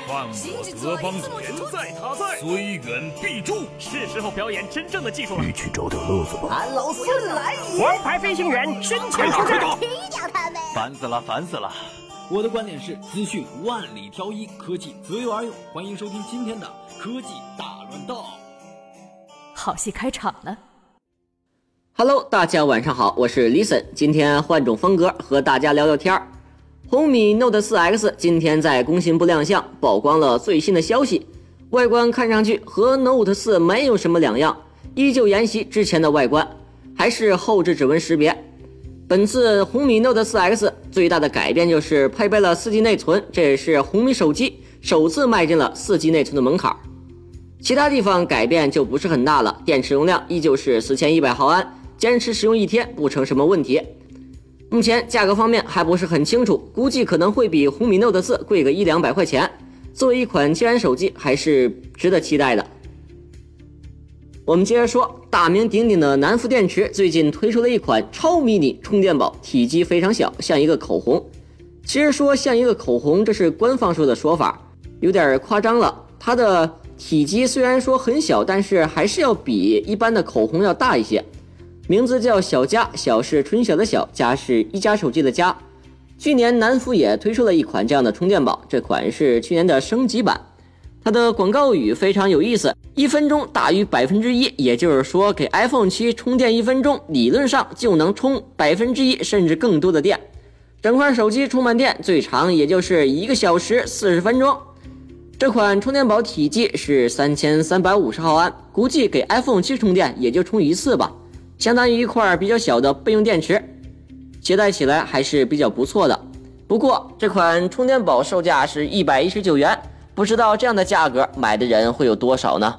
犯我德邦田在他在，虽远必诛。 是时候表演真正的技术了。 一起找点乐子吧。 俺老孙来也！ 王牌飞行员身前出战， 踢掉他们！ 烦死了，烦死了！ 我的观点是：资讯万里挑一，科技择优而用。欢迎收听今天的科技大乱斗。 好戏开场了。 Hello， 大家晚上好，我是 Listen， 今天换种风格和大家聊聊天。红米 Note 4X 今天在工信部亮相，曝光了最新的消息。外观看上去和 Note 4没有什么两样，依旧沿袭之前的外观，还是后置指纹识别。本次红米 Note 4X 最大的改变就是配备了 4G 内存，这也是红米手机首次迈进了 4G 内存的门槛。其他地方改变就不是很大了，电池容量依旧是4100毫安，坚持使用1天不成什么问题。目前价格方面还不是很清楚，估计可能会比红米 Note 4贵个100-200块钱。作为一款基然手机，还是值得期待的。我们接着说，大名鼎鼎的南孚电池最近推出了一款超迷你充电宝，体积非常小，像一个口红。其实说像一个口红，这是官方说的说法，有点夸张了。它的体积虽然说很小，但是还是要比一般的口红要大一些。名字叫小佳，小是春晓的小，佳是一加手机的佳。去年南孚也推出了一款这样的充电宝，这款是去年的升级版。它的广告语非常有意思，1分钟大于1%，也就是说给 iPhone 7充电1分钟，理论上就能充1%甚至更多的电。整块手机充满电最长也就是1个小时40分钟。这款充电宝体积是3350毫安，估计给 iPhone 7充电也就充一次吧，相当于一块比较小的备用电池，携带起来还是比较不错的。不过这款充电宝售价是119元，不知道这样的价格买的人会有多少呢？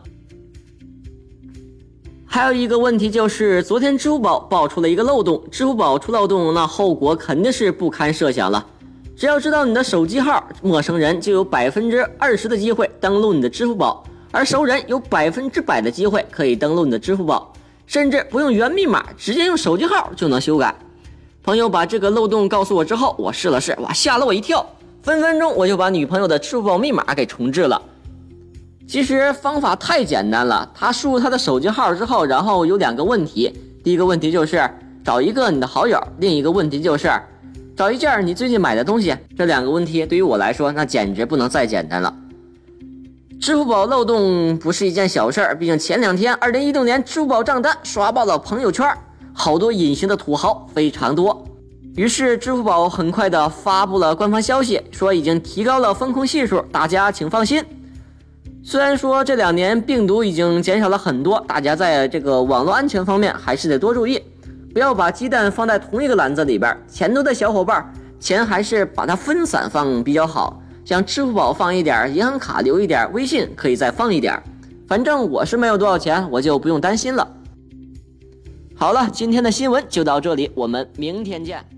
还有一个问题就是，昨天支付宝爆出了一个漏洞，支付宝出漏洞，那后果肯定是不堪设想了。只要知道你的手机号，陌生人就有20%的机会登录你的支付宝，而熟人有100%的机会可以登录你的支付宝，甚至不用原密码，直接用手机号就能修改。朋友把这个漏洞告诉我之后，我试了试，哇，吓了我一跳，分分钟我就把女朋友的支付宝密码给重置了。其实方法太简单了，他输入他的手机号之后，然后有2个问题，第一个问题就是找一个你的好友，另一个问题就是找一件你最近买的东西。这2个问题对于我来说那简直不能再简单了。支付宝漏洞不是一件小事儿，毕竟前2天2016年支付宝账单刷爆了朋友圈，好多隐形的土豪非常多。于是支付宝很快的发布了官方消息，说已经提高了风控系数，大家请放心。虽然说这2年病毒已经减少了很多，大家在这个网络安全方面还是得多注意，不要把鸡蛋放在同一个篮子里边。钱多的小伙伴，钱还是把它分散放比较好，像支付宝放一点，银行卡留一点，微信可以再放一点，反正我是没有多少钱，我就不用担心了。好了，今天的新闻就到这里，我们明天见。